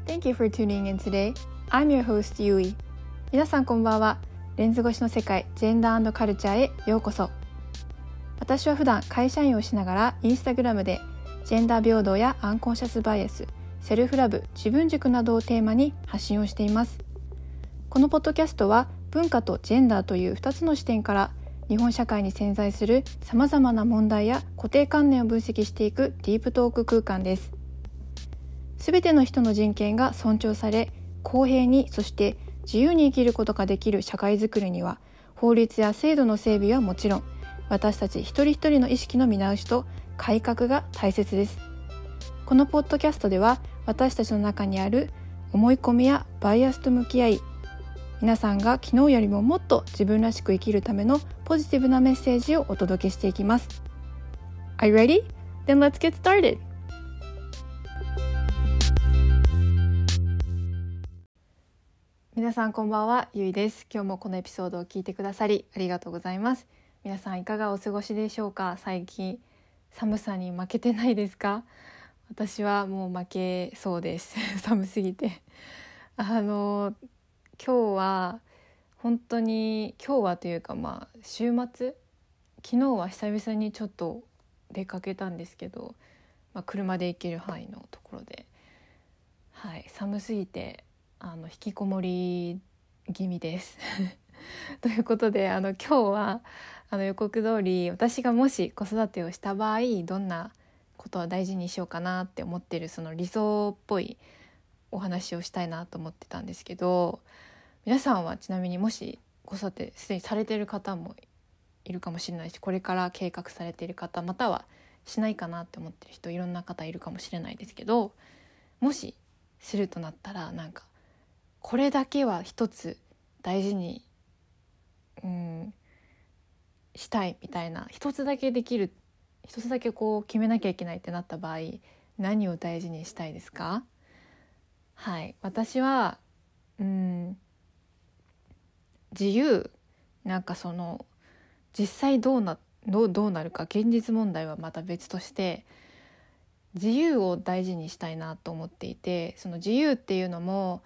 Thank you for tuning in today. I'm your host, Yui. 皆さんこんばんは。レンズ越しの世界、ジェンダー&カルチャーへようこそ。私は普段会社員をしながらインスタグラムでジェンダー平等やアンコンシャスバイアス、セルフラブ、自分軸などをテーマに発信をしています。このポッドキャストは文化とジェンダーという2つの視点から日本社会に潜在するさまざまな問題や固定観念を分析していくディープトーク空間です。すべての人の人権が尊重され、公平にそして自由に生きることができる社会づくりには、法律や制度の整備はもちろん、私たち一人一人の意識の見直しと改革が大切です。このポッドキャストでは、私たちの中にある思い込みやバイアスと向き合い、皆さんが昨日よりももっと自分らしく生きるためのポジティブなメッセージをお届けしていきます。Are you ready? Then let's get started! 皆さんこんばんは、ゆいです。今日もこのエピソードを聞いてくださりありがとうございます。皆さんいかがお過ごしでしょうか。最近寒さに負けてないですか？私はもう負けそうです寒すぎて今日は本当にというか週末、昨日は久々にちょっと出かけたんですけど、車で行ける範囲のところで、寒すぎて引きこもり気味ですということで今日は予告通り、私がもし子育てをした場合どんなことを大事にしようかなって思ってる、その理想っぽいお話をしたいなと思ってたんですけど、皆さんはちなみにもし子育てすでにされている方もいるかもしれないし、これから計画されている方、またはしないかなって思ってる人、いろんな方いるかもしれないですけど、もしするとなったらこれだけは一つ大事にしたいみたいな、一つだけできる、一つだけ決めなきゃいけないってなった場合、何を大事にしたいですか？私は自由、実際どうなるか、現実問題はまた別として自由を大事にしたいなと思っていて、その自由っていうのも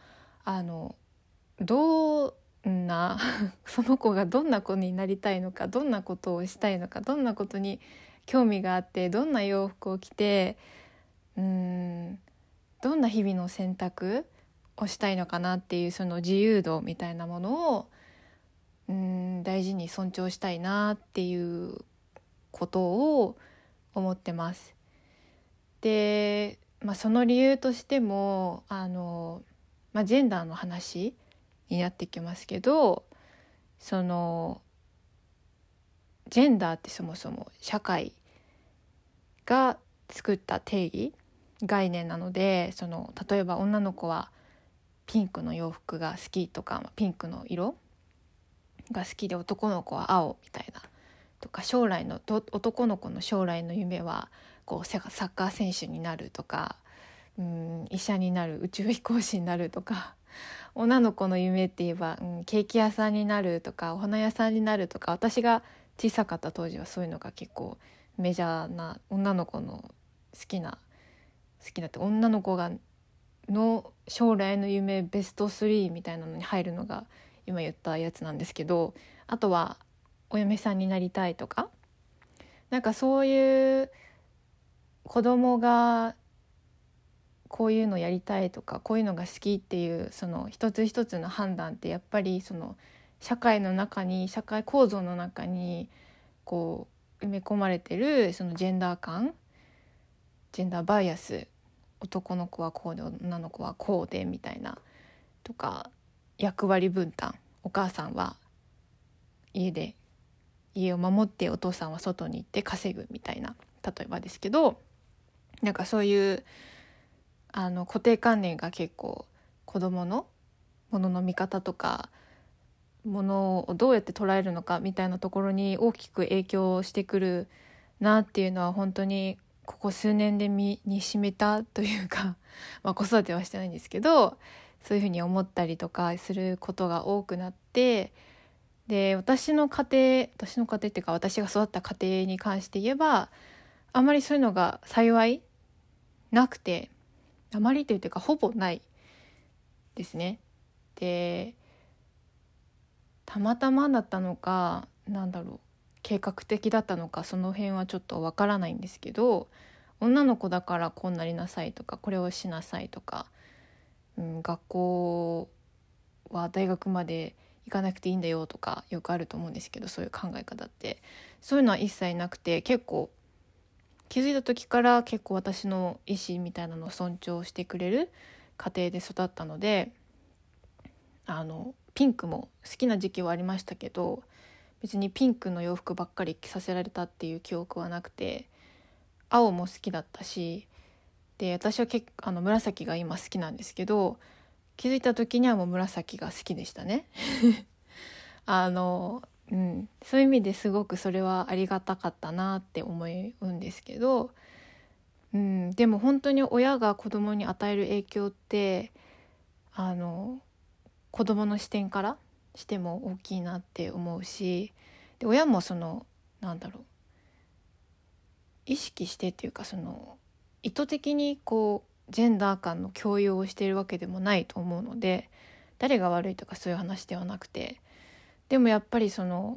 どんなその子がどんな子になりたいのか、どんなことをしたいのか、どんなことに興味があって、どんな洋服を着てどんな日々の選択をしたいのかなっていう、その自由度みたいなものを大事に尊重したいなっていうことを思ってます。で、その理由としてもジェンダーの話になってきますけど、そのジェンダーってそもそも社会が作った定義、概念なので、例えば女の子はピンクの洋服が好きとか、ピンクの色が好きで、男の子は青みたいなとか、男の子の将来の夢はサッカー選手になるとか、医者になる、宇宙飛行士になるとか、女の子の夢って言えば、ケーキ屋さんになるとか、お花屋さんになるとか、私が小さかった当時はそういうのが結構メジャーな、女の子の好きなって女の子の将来の夢ベスト3みたいなのに入るのが今言ったやつなんですけど、あとはお嫁さんになりたいとか、そういう子供がこういうのやりたいとか、こういうのが好きっていう、その一つ一つの判断ってやっぱりその社会構造の中に埋め込まれてる、そのジェンダー感、ジェンダーバイアス、男の子はこうで女の子はこうでみたいなとか、役割分担、お母さんは家を守って、お父さんは外に行って稼ぐみたいな、例えばですけど、そういう固定観念が結構子供のものの見方とか、ものをどうやって捉えるのかみたいなところに大きく影響してくるなっていうのは、本当にここ数年で身に染みたというか子育てはしてないんですけど、そういうふうに思ったりとかすることが多くなって、で私の家庭っていうか、私が育った家庭に関して言えば、あまりそういうのが幸いなくて、あまりというかほぼないですね。でたまたまだったのか計画的だったのか、その辺はちょっとわからないんですけど、女の子だからこうなりなさいとかこれをしなさいとか、学校は大学まで行かなくていいんだよとかよくあると思うんですけど、そういう考え方ってそういうのは一切なくて、結構気づいた時から結構私の意思みたいなのを尊重してくれる家庭で育ったので、ピンクも好きな時期はありましたけど、別にピンクの洋服ばっかり着させられたっていう記憶はなくて、青も好きだったし、で私は紫が今好きなんですけど、気づいた時にはもう紫が好きでしたね。そういう意味ですごくそれはありがたかったなって思うんですけど、でも本当に親が子供に与える影響って子供の視点からしても大きいなって思うし、で親も意識してっていうか、意図的にこうジェンダー間の共有をしているわけでもないと思うので、誰が悪いとかそういう話ではなくて、でもやっぱりその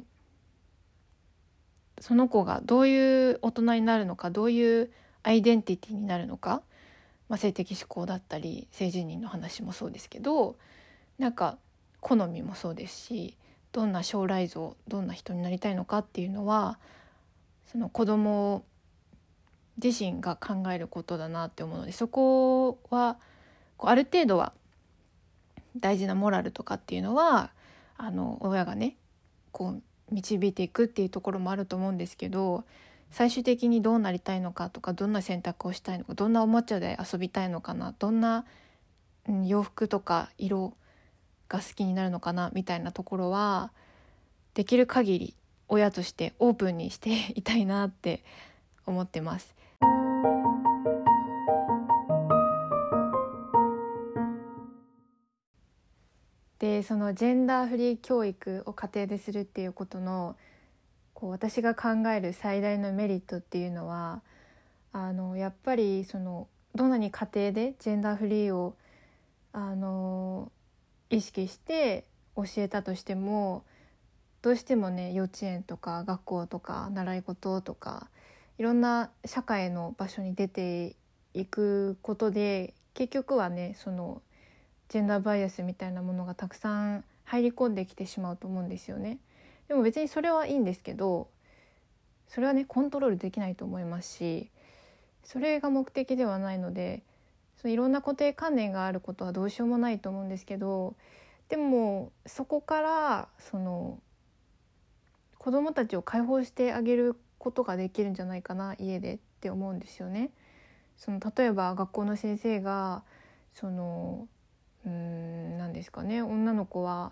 子がどういう大人になるのか、どういうアイデンティティになるのか、性的指向だったり性自認の話もそうですけど、好みもそうですし、どんな将来像、どんな人になりたいのかっていうのはその子供自身が考えることだなって思うので、そこはある程度は大事なモラルとかっていうのは親がね導いていくっていうところもあると思うんですけど、最終的にどうなりたいのかとか、どんな選択をしたいのか、どんなおもちゃで遊びたいのかな、どんな、洋服とか色が好きになるのかなみたいなところはできる限り親としてオープンにしていたいなって思ってます。でそのジェンダーフリー教育を家庭でするっていうことの私が考える最大のメリットっていうのは、やっぱりどんなに家庭でジェンダーフリーを意識して教えたとしても、どうしてもね、幼稚園とか学校とか習い事とかいろんな社会の場所に出ていくことで、結局はねジェンダーバイアスみたいなものがたくさん入り込んできてしまうと思うんですよね。でも別にそれはいいんですけど、それはねコントロールできないと思いますし、それが目的ではないので、いろんな固定観念があることはどうしようもないと思うんですけど、でもそこから子どもたちを解放してあげることができるんじゃないかな、家でって思うんですよね。例えば学校の先生が何ですかね、女の子は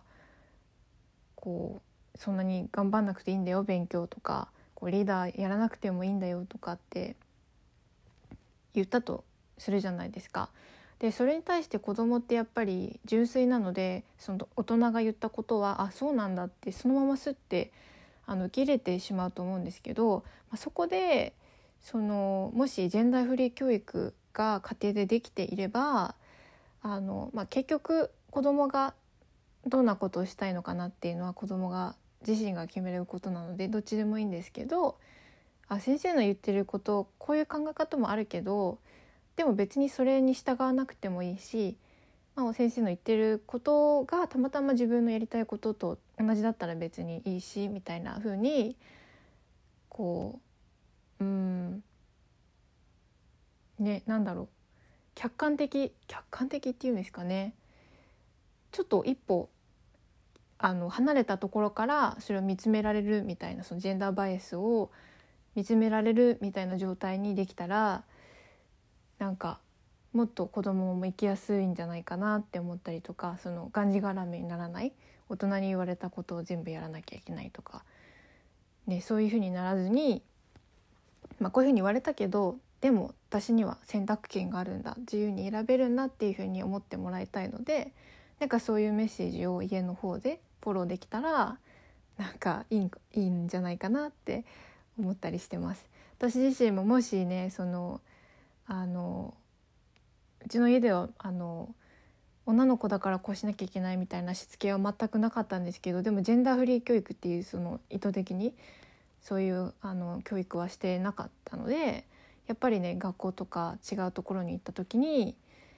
そんなに頑張んなくていいんだよ勉強とか、リーダーやらなくてもいいんだよとかって言ったとするじゃないですか。でそれに対して子供ってやっぱり純粋なので、大人が言ったことはそうなんだってそのまますって受け入れてしまうと思うんですけど、そこでもしジェンダーフリー教育が家庭でできていれば結局子供がどんなことをしたいのかなっていうのは子供が自身が決めることなので、どっちでもいいんですけど、先生の言ってることこういう考え方もあるけど、でも別にそれに従わなくてもいいし、先生の言ってることがたまたま自分のやりたいことと同じだったら別にいいしみたいな風に客観的っていうんですかね、ちょっと一歩離れたところからそれを見つめられるみたいな、ジェンダーバイアスを見つめられるみたいな状態にできたら、もっと子供も生きやすいんじゃないかなって思ったりとか、がんじがらめにならない、大人に言われたことを全部やらなきゃいけないとか、そういう風にならずに、こういう風に言われたけどでも私には選択権があるんだ、自由に選べるんだっていう風に思ってもらいたいので、そういうメッセージを家の方でフォローできたらいいんじゃないかなって思ったりしてます。私自身ももしねうちの家では女の子だからこうしなきゃいけないみたいなしつけは全くなかったんですけど、でもジェンダーフリー教育っていうその意図的にそういう教育はしてなかったので、やっぱりね学校とか違うところに行った時に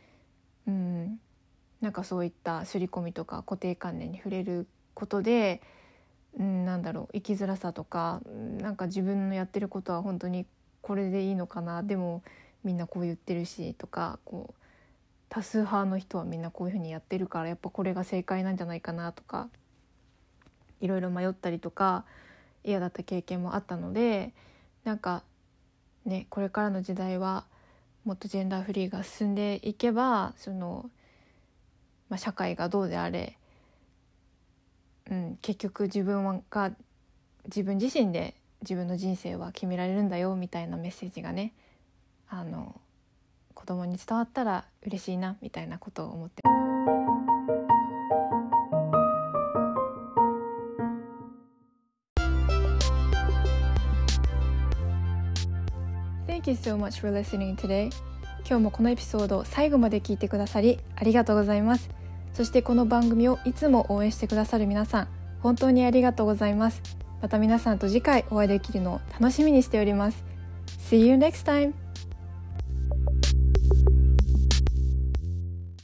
なんかそういった刷り込みとか固定観念に触れることで、なんだろう、生きづらさとか、なんか自分のやってることは本当にこれでいいのかな、でもみんなこう言ってるしとか、こう多数派の人はみんなこういうふうにやってるからやっぱこれが正解なんじゃないかなとか、いろいろ迷ったりとか嫌だった経験もあったので、なんかね、これからの時代はもっとジェンダーフリーが進んでいけば、社会がどうであれ、結局自分自身で自分の人生は決められるんだよみたいなメッセージがね、子供に伝わったら嬉しいなみたいなことを思ってます。Thank you so much for listening today. 今日もこのエピソード最後まで聞いてくださりありがとうございます。そしてこの番組をいつも応援してくださる皆さん、本当にありがとうございます。また皆さんと次回お会いできるのを楽しみにしております。See you next time!